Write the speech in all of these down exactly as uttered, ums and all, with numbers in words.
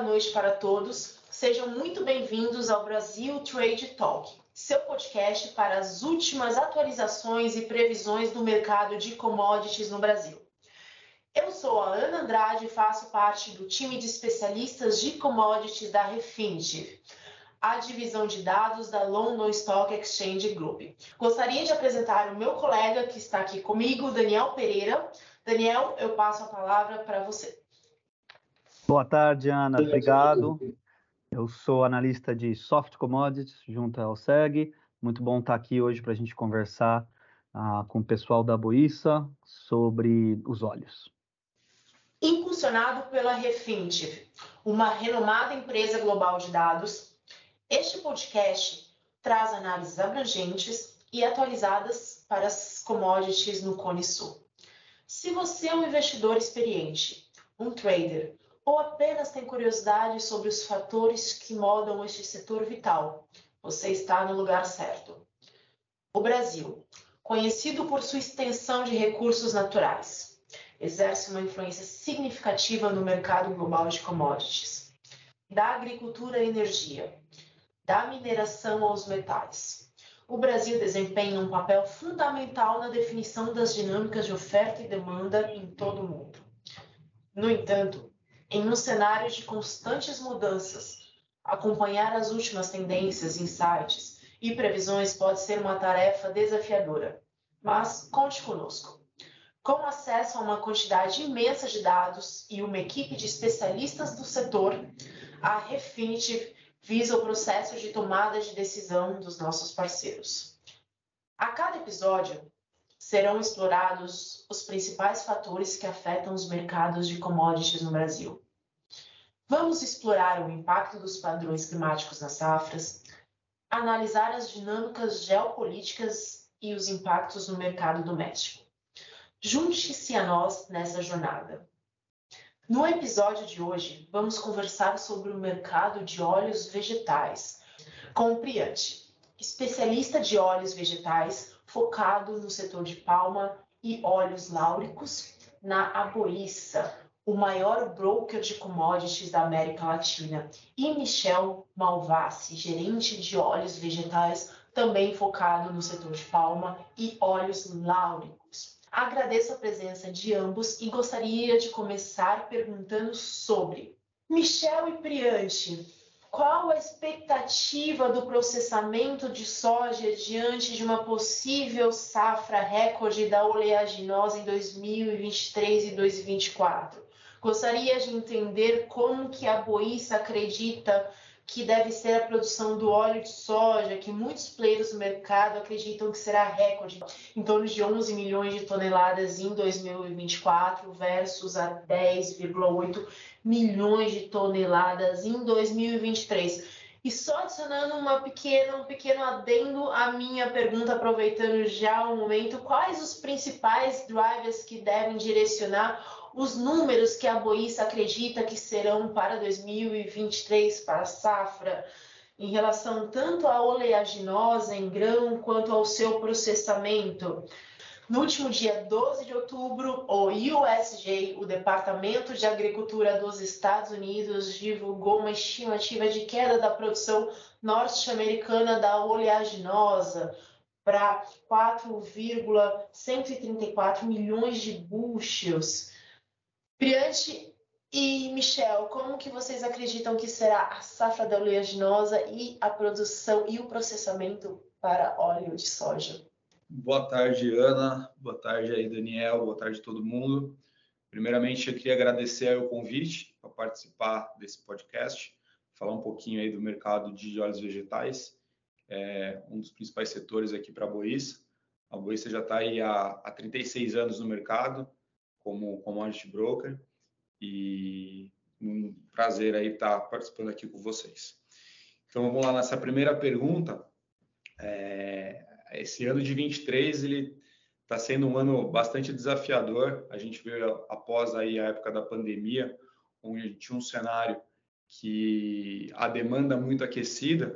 noite para todos. Sejam muito bem-vindos ao Brasil Trade Talk, seu podcast para as últimas atualizações e previsões do mercado de commodities no Brasil. Eu sou a Ana Andrade e faço parte do time de especialistas de commodities da Refinitiv, a divisão de dados da London Stock Exchange Group. Gostaria de apresentar o meu colega que está aqui comigo, Daniel Pereira. Daniel, eu passo a palavra para você. Boa tarde, Ana. Obrigado. Eu sou analista de Soft Commodities junto ao S E G. Muito bom estar aqui hoje para a gente conversar uh, com o pessoal da Boissa sobre os óleos. Impulsionado pela Refinitiv, uma renomada empresa global de dados, este podcast traz análises abrangentes e atualizadas para as commodities no Cone Sul. Se você é um investidor experiente, um trader, ou apenas tem curiosidade sobre os fatores que moldam este setor vital, você está no lugar certo. O Brasil, conhecido por sua extensão de recursos naturais, exerce uma influência significativa no mercado global de commodities, da agricultura à energia, da mineração aos metais. O Brasil desempenha um papel fundamental na definição das dinâmicas de oferta e demanda em todo o mundo. No entanto, em um cenário de constantes mudanças, acompanhar as últimas tendências, insights e previsões pode ser uma tarefa desafiadora, mas conte conosco. Com acesso a uma quantidade imensa de dados e uma equipe de especialistas do setor, a Refinitiv visa o processo de tomada de decisão dos nossos parceiros. A cada episódio, serão explorados os principais fatores que afetam os mercados de commodities no Brasil. Vamos explorar o impacto dos padrões climáticos nas safras, analisar as dinâmicas geopolíticas e os impactos no mercado doméstico. Junte-se a nós nessa jornada. No episódio de hoje, vamos conversar sobre o mercado de óleos vegetais com o Priante, especialista de óleos vegetais focado no setor de palma e óleos láuricos na Aboissa, o maior broker de commodities da América Latina, e Michel Malvassi, gerente de óleos vegetais, também focado no setor de palma e óleos láuricos. Agradeço a presença de ambos e gostaria de começar perguntando sobre Michel e Priante. Qual a expectativa do processamento de soja diante de uma possível safra recorde da oleaginosa em dois mil e vinte e três e dois mil e vinte e quatro? Gostaria de entender como que a Boissa acredita que deve ser a produção do óleo de soja, que muitos players do mercado acreditam que será recorde, em torno de onze milhões de toneladas em dois mil e vinte e quatro versus a dez vírgula oito milhões de toneladas em dois mil e vinte e três. E só adicionando uma pequena, um pequeno adendo à minha pergunta, aproveitando já o momento, quais os principais drivers que devem direcionar os números que a Boissa acredita que serão para dois mil e vinte e três, para a safra, em relação tanto à oleaginosa em grão quanto ao seu processamento? No último dia doze de outubro, o U S J, o Departamento de Agricultura dos Estados Unidos, divulgou uma estimativa de queda da produção norte-americana da oleaginosa para quatro vírgula cento e trinta e quatro milhões de bushels. Priante e Michel, como que vocês acreditam que será a safra da oleaginosa e a produção e o processamento para óleo de soja? Boa tarde, Ana. Boa tarde aí, Daniel. Boa tarde a todo mundo. Primeiramente, eu queria agradecer o convite para participar desse podcast, falar um pouquinho aí do mercado de óleos vegetais, é um dos principais setores aqui para a Boissa. A Boissa já está aí há, há trinta e seis anos no mercado, como commodity broker, e um prazer aí estar participando aqui com vocês. Então vamos lá nessa primeira pergunta. É, esse ano de vinte e três ele está sendo um ano bastante desafiador. A gente veio após aí a época da pandemia, onde a gente tinha um cenário que a demanda muito aquecida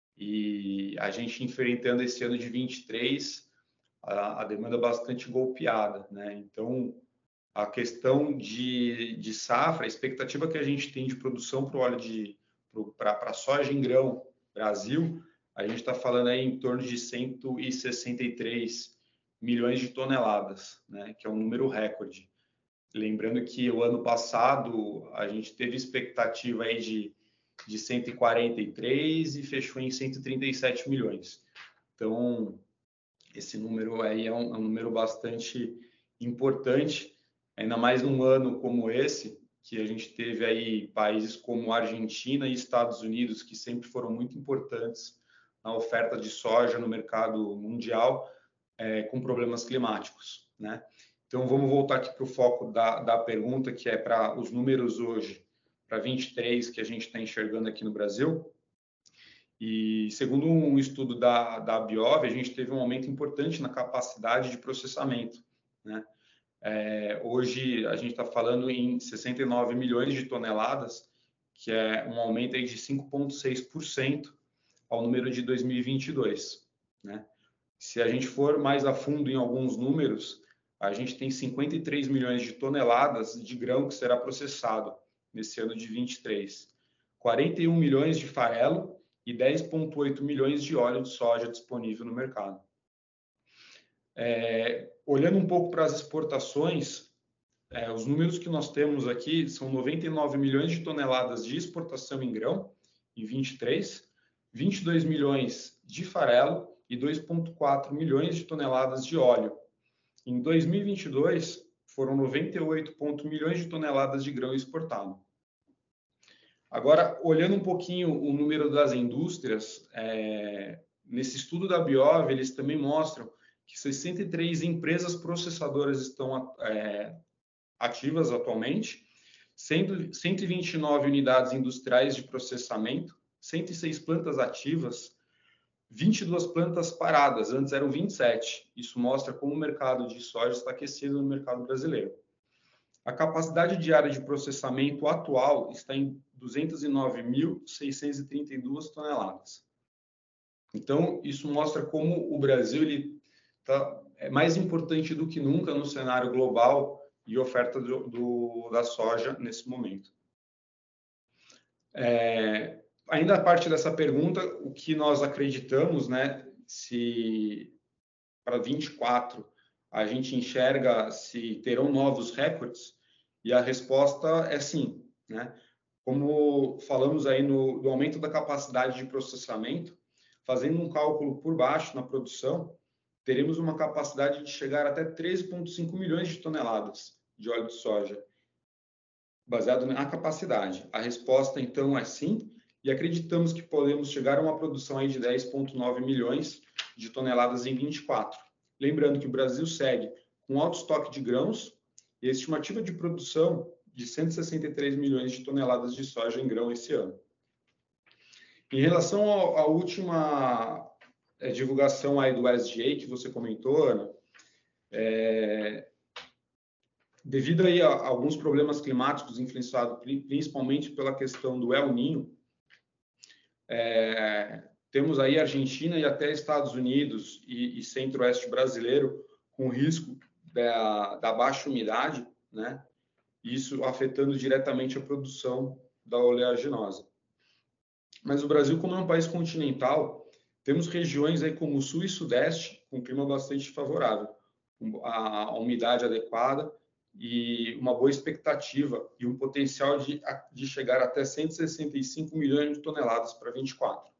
e a gente enfrentando esse ano de vinte e três a, a demanda bastante golpeada, né? Então a questão de, de safra, a expectativa que a gente tem de produção para o óleo de para a soja em grão Brasil, a gente está falando aí em torno de cento e sessenta e três milhões de toneladas, né, que é um número recorde. Lembrando que o ano passado a gente teve expectativa aí de, de cento e quarenta e três e fechou em cento e trinta e sete milhões. Então, esse número aí é um, é um número bastante importante, ainda mais num ano como esse, que a gente teve aí países como Argentina e Estados Unidos, que sempre foram muito importantes na oferta de soja no mercado mundial, é, com problemas climáticos, né? Então, vamos voltar aqui para o foco da, da pergunta, que é para os números hoje, para vinte e três, que a gente está enxergando aqui no Brasil. E, segundo um estudo da, da Biov, a gente teve um aumento importante na capacidade de processamento, né? É, hoje a gente está falando em sessenta e nove milhões de toneladas, que é um aumento aí de cinco vírgula seis por cento ao número de dois mil e vinte e dois, né? Se a gente for mais a fundo em alguns números, a gente tem cinquenta e três milhões de toneladas de grão que será processado nesse ano de vinte e três, quarenta e um milhões de farelo e dez vírgula oito milhões de óleo de soja disponível no mercado. É, olhando um pouco para as exportações, é, os números que nós temos aqui são noventa e nove milhões de toneladas de exportação em grão em vinte e três, vinte e dois milhões de farelo e dois vírgula quatro milhões de toneladas de óleo. Em dois mil e vinte e dois, foram noventa e oito milhões de toneladas de grão exportado. Agora, olhando um pouquinho o número das indústrias, é, nesse estudo da Biov, eles também mostram que sessenta e três empresas processadoras estão é, ativas atualmente, cento, cento e vinte e nove unidades industriais de processamento, cento e seis plantas ativas, vinte e duas plantas paradas, antes eram vinte e sete. Isso mostra como o mercado de soja está aquecido no mercado brasileiro. A capacidade diária de processamento atual está em duzentas e nove mil, seiscentas e trinta e duas toneladas. Então, isso mostra como o Brasil ele tá, é mais importante do que nunca no cenário global e oferta do, do, da soja nesse momento. É, ainda a parte dessa pergunta, o que nós acreditamos, né, se para vinte e quatro a gente enxerga se terão novos recordes, e a resposta é sim, né? Como falamos aí no, do aumento da capacidade de processamento, fazendo um cálculo por baixo na produção, teremos uma capacidade de chegar até treze vírgula cinco milhões de toneladas de óleo de soja, baseado na capacidade. A resposta, então, é sim, e acreditamos que podemos chegar a uma produção aí de dez vírgula nove milhões de toneladas em vinte e quatro. Lembrando que o Brasil segue com alto estoque de grãos e a estimativa de produção de cento e sessenta e três milhões de toneladas de soja em grão esse ano. Em relação à última é, divulgação aí do U S D A que você comentou, Ana, é, devido aí a alguns problemas climáticos influenciados principalmente pela questão do El Niño, é, temos aí Argentina e até Estados Unidos e, e centro-oeste brasileiro com risco da, da baixa umidade, né? Isso afetando diretamente a produção da oleaginosa. Mas o Brasil, como é um país continental, temos regiões aí como o sul e sudeste com clima bastante favorável, a, a umidade adequada e uma boa expectativa e um potencial de, de chegar até cento e sessenta e cinco milhões de toneladas para vinte e quatro.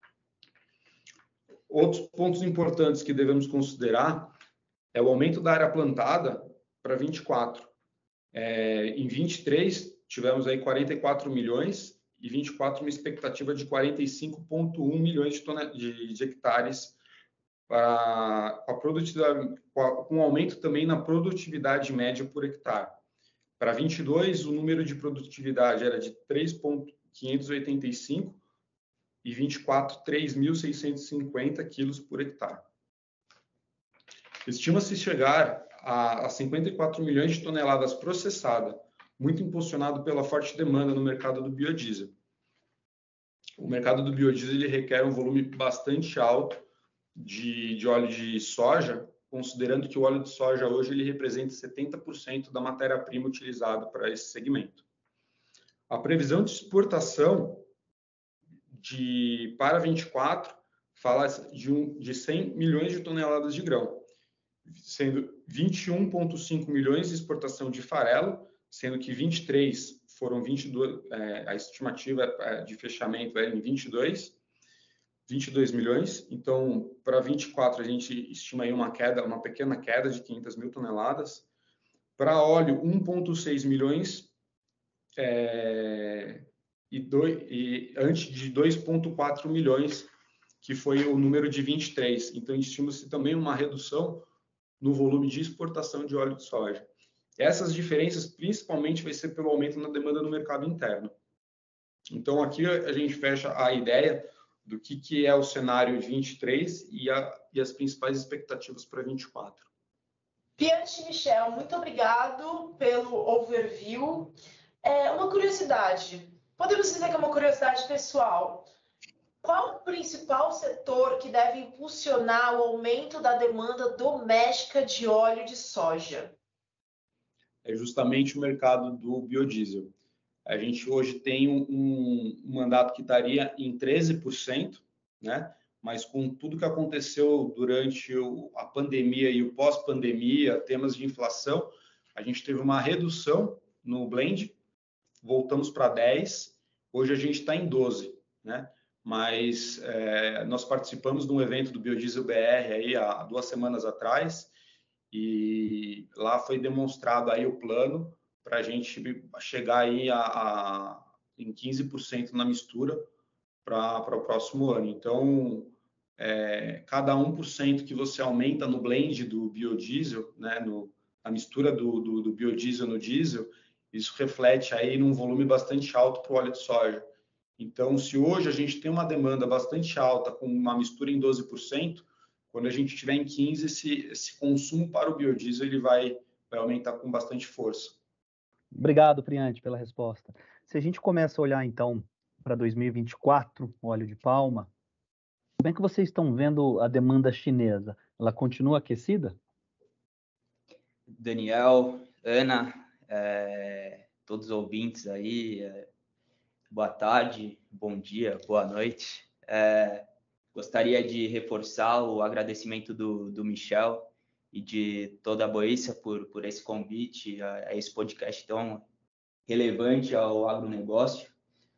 Outros pontos importantes que devemos considerar é o aumento da área plantada para vinte e quatro. É, em vinte e três, tivemos aí quarenta e quatro milhões e vinte e quatro uma expectativa de quarenta e cinco vírgula um milhões de, tonel... de, de hectares para, com, a produtividade, com, a, com um aumento também na produtividade média por hectare. Para vinte e dois, o número de produtividade era de três vírgula quinhentos e oitenta e cinco e vinte e quatro, três mil seiscentos e cinquenta quilos por hectare. Estima-se chegar a, a cinquenta e quatro milhões de toneladas processadas, muito impulsionado pela forte demanda no mercado do biodiesel. O mercado do biodiesel ele requer um volume bastante alto de, de óleo de soja considerando que o óleo de soja hoje ele representa setenta por cento da matéria-prima utilizada para esse segmento. A previsão de exportação de, para vinte e quatro fala de, um, de cem milhões de toneladas de grão, sendo vinte e um vírgula cinco milhões de exportação de farelo, sendo que vinte e três foram vinte e dois, é, a estimativa de fechamento é em vinte e dois, vinte e dois milhões. Então, para vinte e quatro a gente estima aí uma queda, uma pequena queda de quinhentas mil toneladas. Para óleo, um vírgula seis milhões é, e, dois, e antes de dois vírgula quatro milhões, que foi o número de vinte e três. Então, estima-se também uma redução no volume de exportação de óleo de soja. Essas diferenças, principalmente, vai ser pelo aumento na demanda no mercado interno. Então, aqui a gente fecha a ideia do que, que é o cenário de vinte e três e, a, e as principais expectativas para vinte e quatro. Piante Michel, muito obrigado pelo overview. É uma curiosidade, podemos dizer que é uma curiosidade pessoal. Qual o principal setor que deve impulsionar o aumento da demanda doméstica de óleo de soja? É justamente o mercado do biodiesel. A gente hoje tem um, um mandato que estaria em treze por cento, né? Mas com tudo que aconteceu durante o, a pandemia e o pós-pandemia, temas de inflação, a gente teve uma redução no blend, voltamos para dez, hoje a gente está em doze, né? Mas é, nós participamos de um evento do Biodiesel B R aí há duas semanas atrás, e lá foi demonstrado aí o plano para a gente chegar aí a, a, em quinze por cento na mistura para o próximo ano. Então, é, cada um por cento que você aumenta no blend do biodiesel, né, no, na mistura do, do, do biodiesel no diesel, isso reflete aí num volume bastante alto para o óleo de soja. Então, se hoje a gente tem uma demanda bastante alta com uma mistura em doze por cento, quando a gente estiver em quinze, esse, esse consumo para o biodiesel ele vai, vai aumentar com bastante força. Obrigado, Priante, pela resposta. Se a gente começa a olhar, então, para dois mil e vinte e quatro, o óleo de palma, como é que vocês estão vendo a demanda chinesa? Ela continua aquecida? Daniel, Ana, é, todos os ouvintes aí, é, boa tarde, bom dia, boa noite. É, gostaria de reforçar o agradecimento do, do Michel e de toda a Boícia por, por esse convite a, a esse podcast tão relevante ao agronegócio.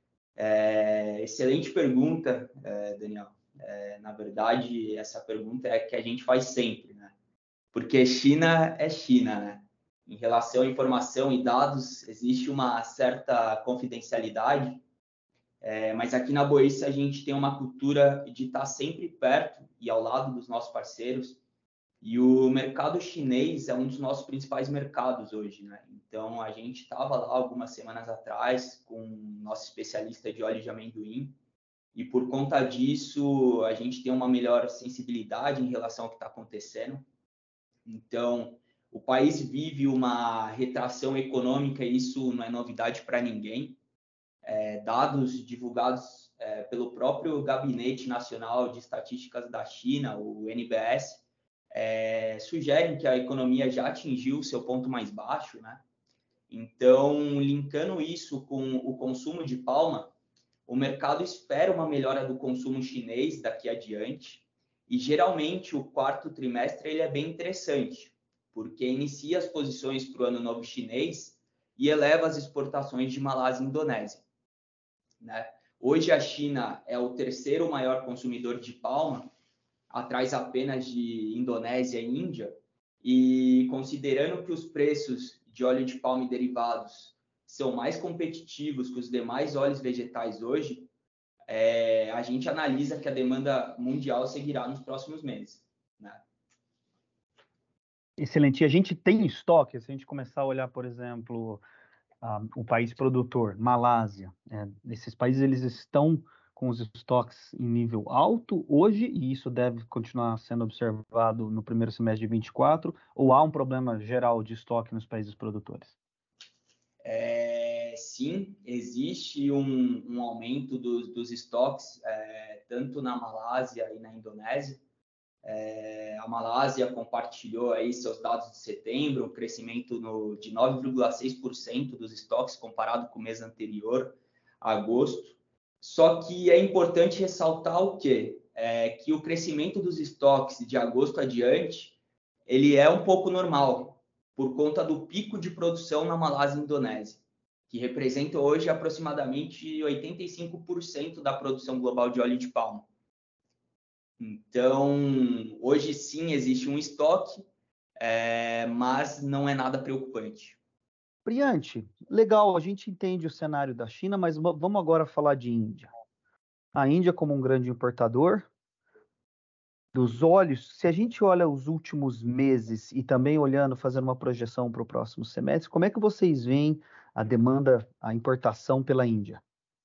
É, excelente pergunta, é, Daniel. É, na verdade, essa pergunta é que a gente faz sempre, né? Porque China é China, né? Em relação à informação e dados, existe uma certa confidencialidade, é, mas aqui na Boícia a gente tem uma cultura de estar sempre perto e ao lado dos nossos parceiros, e o mercado chinês é um dos nossos principais mercados hoje, né? Então, a gente estava lá algumas semanas atrás com o nosso especialista de óleo de amendoim, e por conta disso, a gente tem uma melhor sensibilidade em relação ao que está acontecendo. Então, o país vive uma retração econômica e isso não é novidade para ninguém. É, dados divulgados é, pelo próprio Gabinete Nacional de Estatísticas da China, o N B S, é, sugerem que a economia já atingiu o seu ponto mais baixo, né? Então, linkando isso com o consumo de palma, o mercado espera uma melhora do consumo chinês daqui adiante, e geralmente o quarto trimestre ele é bem interessante, porque inicia as posições para o Ano Novo Chinês e eleva as exportações de Malásia e Indonésia, né? Hoje a China é o terceiro maior consumidor de palma, atrás apenas de Indonésia e Índia, e considerando que os preços de óleo de palma e derivados são mais competitivos que os demais óleos vegetais hoje, é, a gente analisa que a demanda mundial seguirá nos próximos meses, né? Excelente. E a gente tem estoque, se a gente começar a olhar, por exemplo, uh, o país produtor, Malásia, é, esses países eles estão com os estoques em nível alto hoje, e isso deve continuar sendo observado no primeiro semestre de vinte e quatro, ou há um problema geral de estoque nos países produtores? É, sim, existe um, um aumento dos, dos estoques, é, tanto na Malásia e na Indonésia. É, a Malásia compartilhou aí seus dados de setembro, um crescimento no, de nove vírgula seis por cento dos estoques comparado com o mês anterior, agosto. Só que é importante ressaltar o quê? É, que o crescimento dos estoques de agosto adiante, ele é um pouco normal, por conta do pico de produção na Malásia e Indonésia, que representa hoje aproximadamente oitenta e cinco por cento da produção global de óleo de palma. Então, hoje sim existe um estoque, é, mas não é nada preocupante. Brilhante, legal, a gente entende o cenário da China, mas vamos agora falar de Índia. A Índia como um grande importador dos óleos, se a gente olha os últimos meses e também olhando, fazendo uma projeção para o próximo semestre, como é que vocês veem a demanda, a importação pela Índia?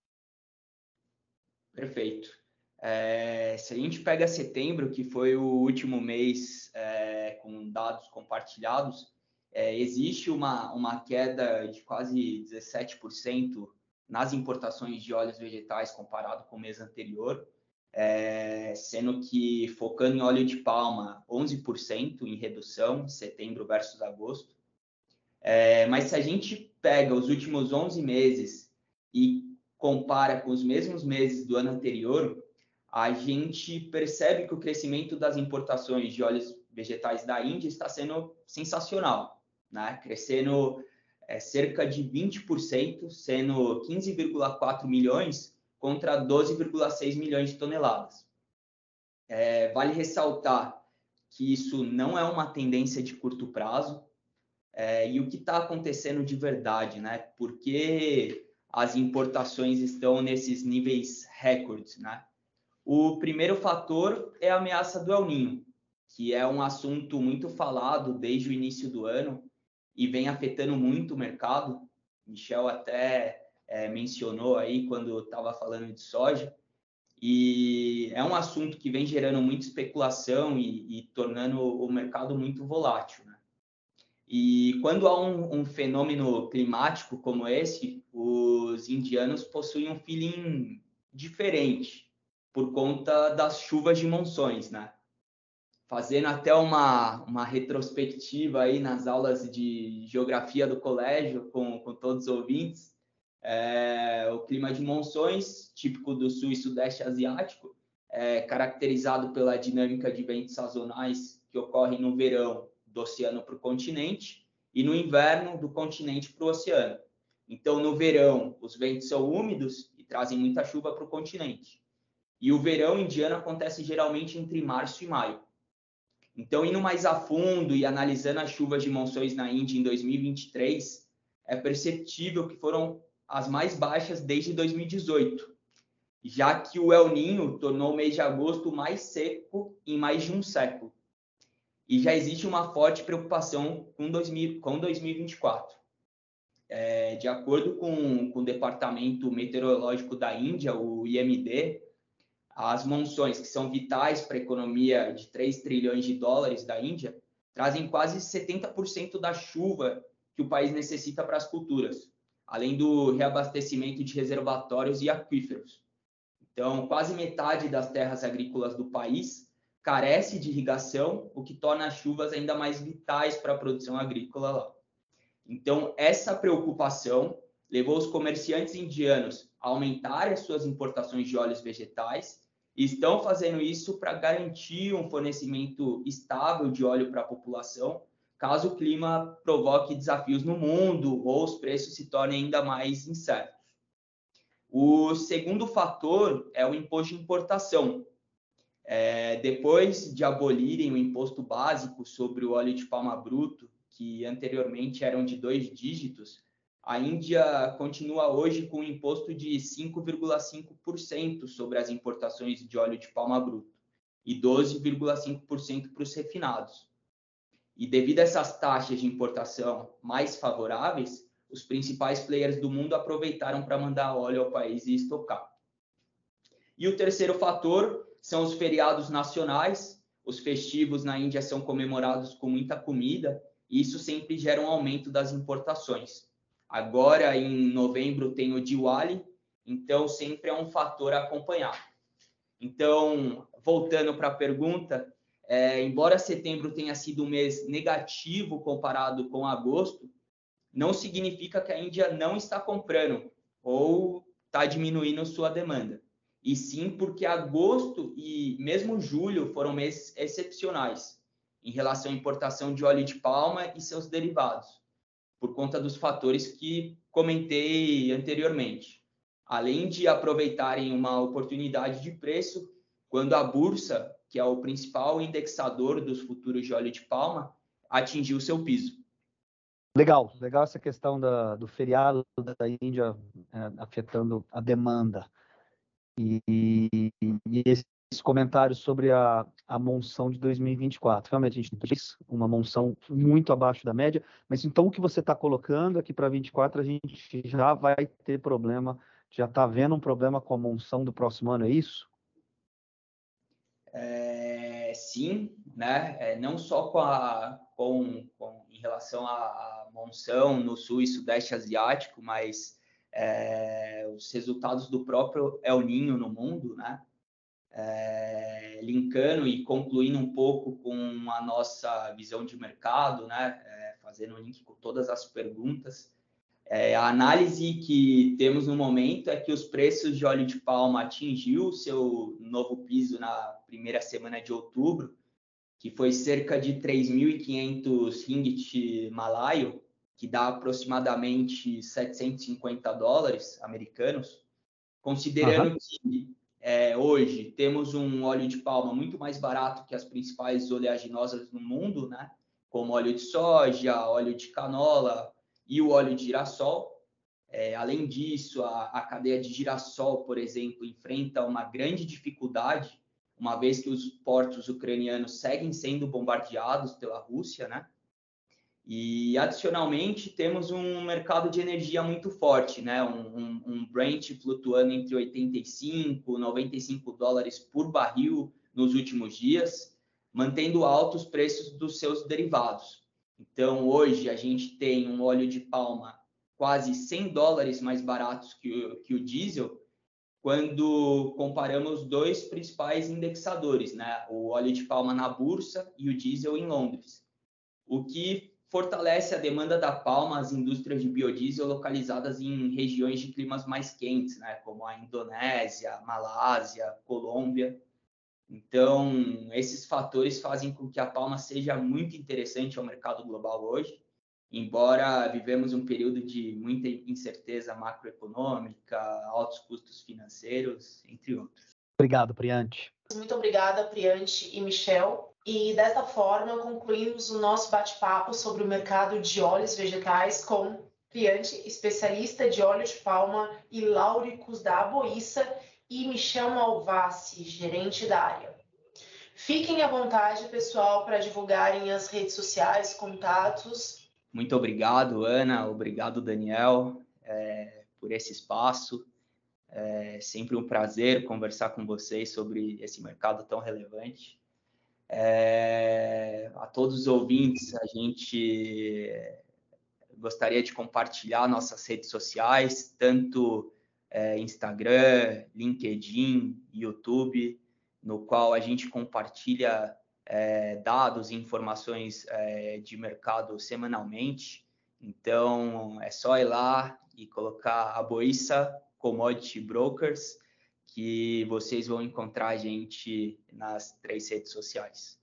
Perfeito. É, se a gente pega setembro, que foi o último mês é, com dados compartilhados, é, existe uma, uma queda de quase dezessete por cento nas importações de óleos vegetais comparado com o mês anterior, é, sendo que, focando em óleo de palma, onze por cento em redução, setembro versus agosto. É, mas se a gente pega os últimos onze meses e compara com os mesmos meses do ano anterior, a gente percebe que o crescimento das importações de óleos vegetais da Índia está sendo sensacional, né? Crescendo é, cerca de vinte por cento, sendo quinze vírgula quatro milhões contra doze vírgula seis milhões de toneladas. É, vale ressaltar que isso não é uma tendência de curto prazo, é, e o que está acontecendo de verdade, né? Por que as importações estão nesses níveis recordes, né? O primeiro fator é a ameaça do El Niño, que é um assunto muito falado desde o início do ano e vem afetando muito o mercado. Michel até é, mencionou aí quando estava falando de soja. E é um assunto que vem gerando muita especulação e, e tornando o mercado muito volátil, né? E quando há um, um fenômeno climático como esse, os indianos possuem um feeling diferente por conta das chuvas de monções, né? Fazendo até uma, uma retrospectiva aí nas aulas de geografia do colégio com, com todos os ouvintes, é, o clima de monções, típico do sul e sudeste asiático, é caracterizado pela dinâmica de ventos sazonais que ocorrem no verão do oceano para o continente e no inverno do continente para o oceano. Então, no verão, os ventos são úmidos e trazem muita chuva para o continente. E o verão indiano acontece geralmente entre março e maio. Então, indo mais a fundo e analisando as chuvas de monções na Índia em dois mil e vinte e três, é perceptível que foram as mais baixas desde dois mil e dezoito, já que o El Niño tornou o mês de agosto mais seco em mais de um século. E já existe uma forte preocupação com, dois mil, com dois mil e vinte e quatro. É, de acordo com, com o Departamento Meteorológico da Índia, o I M D, as monções, que são vitais para a economia de três trilhões de dólares da Índia, trazem quase setenta por cento da chuva que o país necessita para as culturas, além do reabastecimento de reservatórios e aquíferos. Então, quase metade das terras agrícolas do país carece de irrigação, o que torna as chuvas ainda mais vitais para a produção agrícola lá. Então, essa preocupação levou os comerciantes indianos a aumentar as suas importações de óleos vegetais e estão fazendo isso para garantir um fornecimento estável de óleo para a população, caso o clima provoque desafios no mundo ou os preços se tornem ainda mais incertos. O segundo fator é o imposto de importação. É, depois de abolirem o imposto básico sobre o óleo de palma bruto, que anteriormente eram de dois dígitos, a Índia continua hoje com um imposto de cinco vírgula cinco por cento sobre as importações de óleo de palma bruto e doze vírgula cinco por cento para os refinados. E devido a essas taxas de importação mais favoráveis, os principais players do mundo aproveitaram para mandar óleo ao país e estocar. E o terceiro fator são os feriados nacionais. Os festivos na Índia são comemorados com muita comida e isso sempre gera um aumento das importações. Agora, em novembro, tem o Diwali, então sempre é um fator a acompanhar. Então, voltando para a pergunta, é, embora setembro tenha sido um mês negativo comparado com agosto, não significa que a Índia não está comprando ou está diminuindo sua demanda. E sim porque agosto e mesmo julho foram meses excepcionais em relação à importação de óleo de palma e seus derivados, por conta dos fatores que comentei anteriormente. Além de aproveitarem uma oportunidade de preço, quando a Bursa, que é o principal indexador dos futuros de óleo de palma, atingiu seu piso. Legal, legal essa questão da, do feriado da Índia é, afetando a demanda. E, e, e esse comentário sobre a, a monção de dois mil e vinte e quatro. Realmente, a gente fez uma monção muito abaixo da média, mas então o que você está colocando aqui para vinte e quatro, a gente já vai ter problema, já está vendo um problema com a monção do próximo ano, é isso? É, sim, né? É, não só com a, com, com, em relação à monção no sul e sudeste asiático, mas é, os resultados do próprio El Niño no mundo, né? É, linkando e concluindo um pouco com a nossa visão de mercado, né? É, fazendo um link com todas as perguntas. É, a análise que temos no momento é que os preços de óleo de palma atingiu seu novo piso na primeira semana de outubro, que foi cerca de três mil e quinhentos ringgit malaio, que dá aproximadamente setecentos e cinquenta dólares americanos, considerando uhum. que é, hoje temos um óleo de palma muito mais barato que as principais oleaginosas no mundo, né? Como óleo de soja, óleo de canola e o óleo de girassol. É, além disso, a, a cadeia de girassol, por exemplo, enfrenta uma grande dificuldade, uma vez que os portos ucranianos seguem sendo bombardeados pela Rússia, né? E, adicionalmente, temos um mercado de energia muito forte, né? Um, um, um Brent flutuando entre oitenta e cinco e noventa e cinco dólares por barril nos últimos dias, mantendo altos os preços dos seus derivados. Então, hoje, a gente tem um óleo de palma quase cem dólares mais baratos que o, que o diesel, quando comparamos os dois principais indexadores, né? O óleo de palma na Bursa e o diesel em Londres. O que fortalece a demanda da palma às indústrias de biodiesel localizadas em regiões de climas mais quentes, né, como a Indonésia, Malásia, Colômbia. Então, esses fatores fazem com que a palma seja muito interessante ao mercado global hoje, embora vivemos um período de muita incerteza macroeconômica, altos custos financeiros, entre outros. Obrigado, Priante. Muito obrigada, Priante e Michel. E dessa forma, concluímos o nosso bate-papo sobre o mercado de óleos vegetais com Priante, especialista de óleo de palma e láuricos da Aboissa, e Michel Malvassi, gerente da área. Fiquem à vontade, pessoal, para divulgarem as redes sociais, contatos. Muito obrigado, Ana. Obrigado, Daniel, é, por esse espaço. É sempre um prazer conversar com vocês sobre esse mercado tão relevante. É, a todos os ouvintes, a gente gostaria de compartilhar nossas redes sociais, tanto é, Instagram, LinkedIn, YouTube, no qual a gente compartilha é, dados e informações é, de mercado semanalmente. Então, é só ir lá e colocar Aboissa Commodity Brokers, que vocês vão encontrar a gente nas três redes sociais.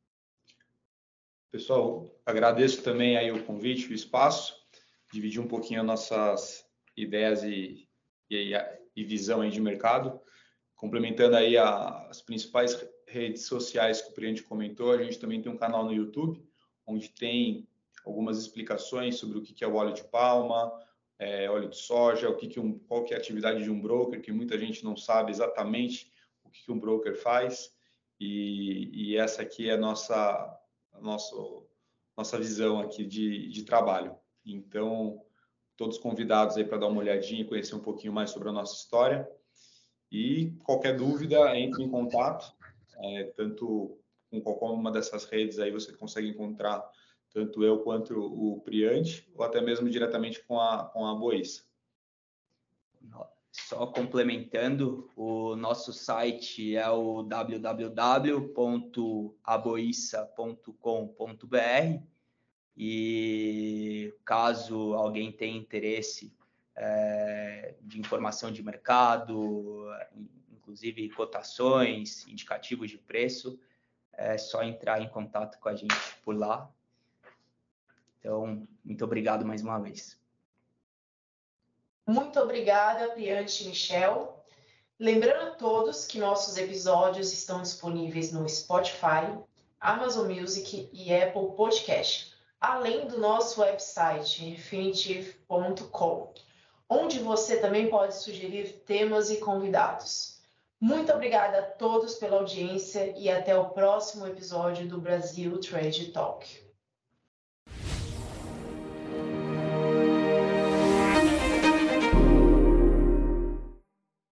Pessoal, agradeço também aí o convite, o espaço, dividir um pouquinho as nossas ideias e, e, e visão aí de mercado, complementando aí a, as principais redes sociais que o Priante comentou. A gente também tem um canal no YouTube, onde tem algumas explicações sobre o que é o óleo de palma, é, óleo de soja, o que que um, qual que é a atividade de um broker, que muita gente não sabe exatamente o que que um broker faz, e, e essa aqui é a nossa, a nosso, nossa visão aqui de, de trabalho. Então, todos convidados aí para dar uma olhadinha e conhecer um pouquinho mais sobre a nossa história. E qualquer dúvida, entre em contato, é, tanto com qualquer uma dessas redes aí você consegue encontrar tanto eu quanto o Priante, ou até mesmo diretamente com a, com a Aboissa. só complementando, o nosso site é o w w w ponto aboissa ponto com ponto b r e caso alguém tenha interesse é, de informação de mercado, inclusive cotações, indicativos de preço, é só entrar em contato com a gente por lá. Então, muito obrigado mais uma vez. Muito obrigada, Priante e Michel. Lembrando a todos que nossos episódios estão disponíveis no Spotify, Amazon Music e Apple Podcast, além do nosso website, refinitiv ponto com, onde você também pode sugerir temas e convidados. Muito obrigada a todos pela audiência e até o próximo episódio do Brasil Trade Talk.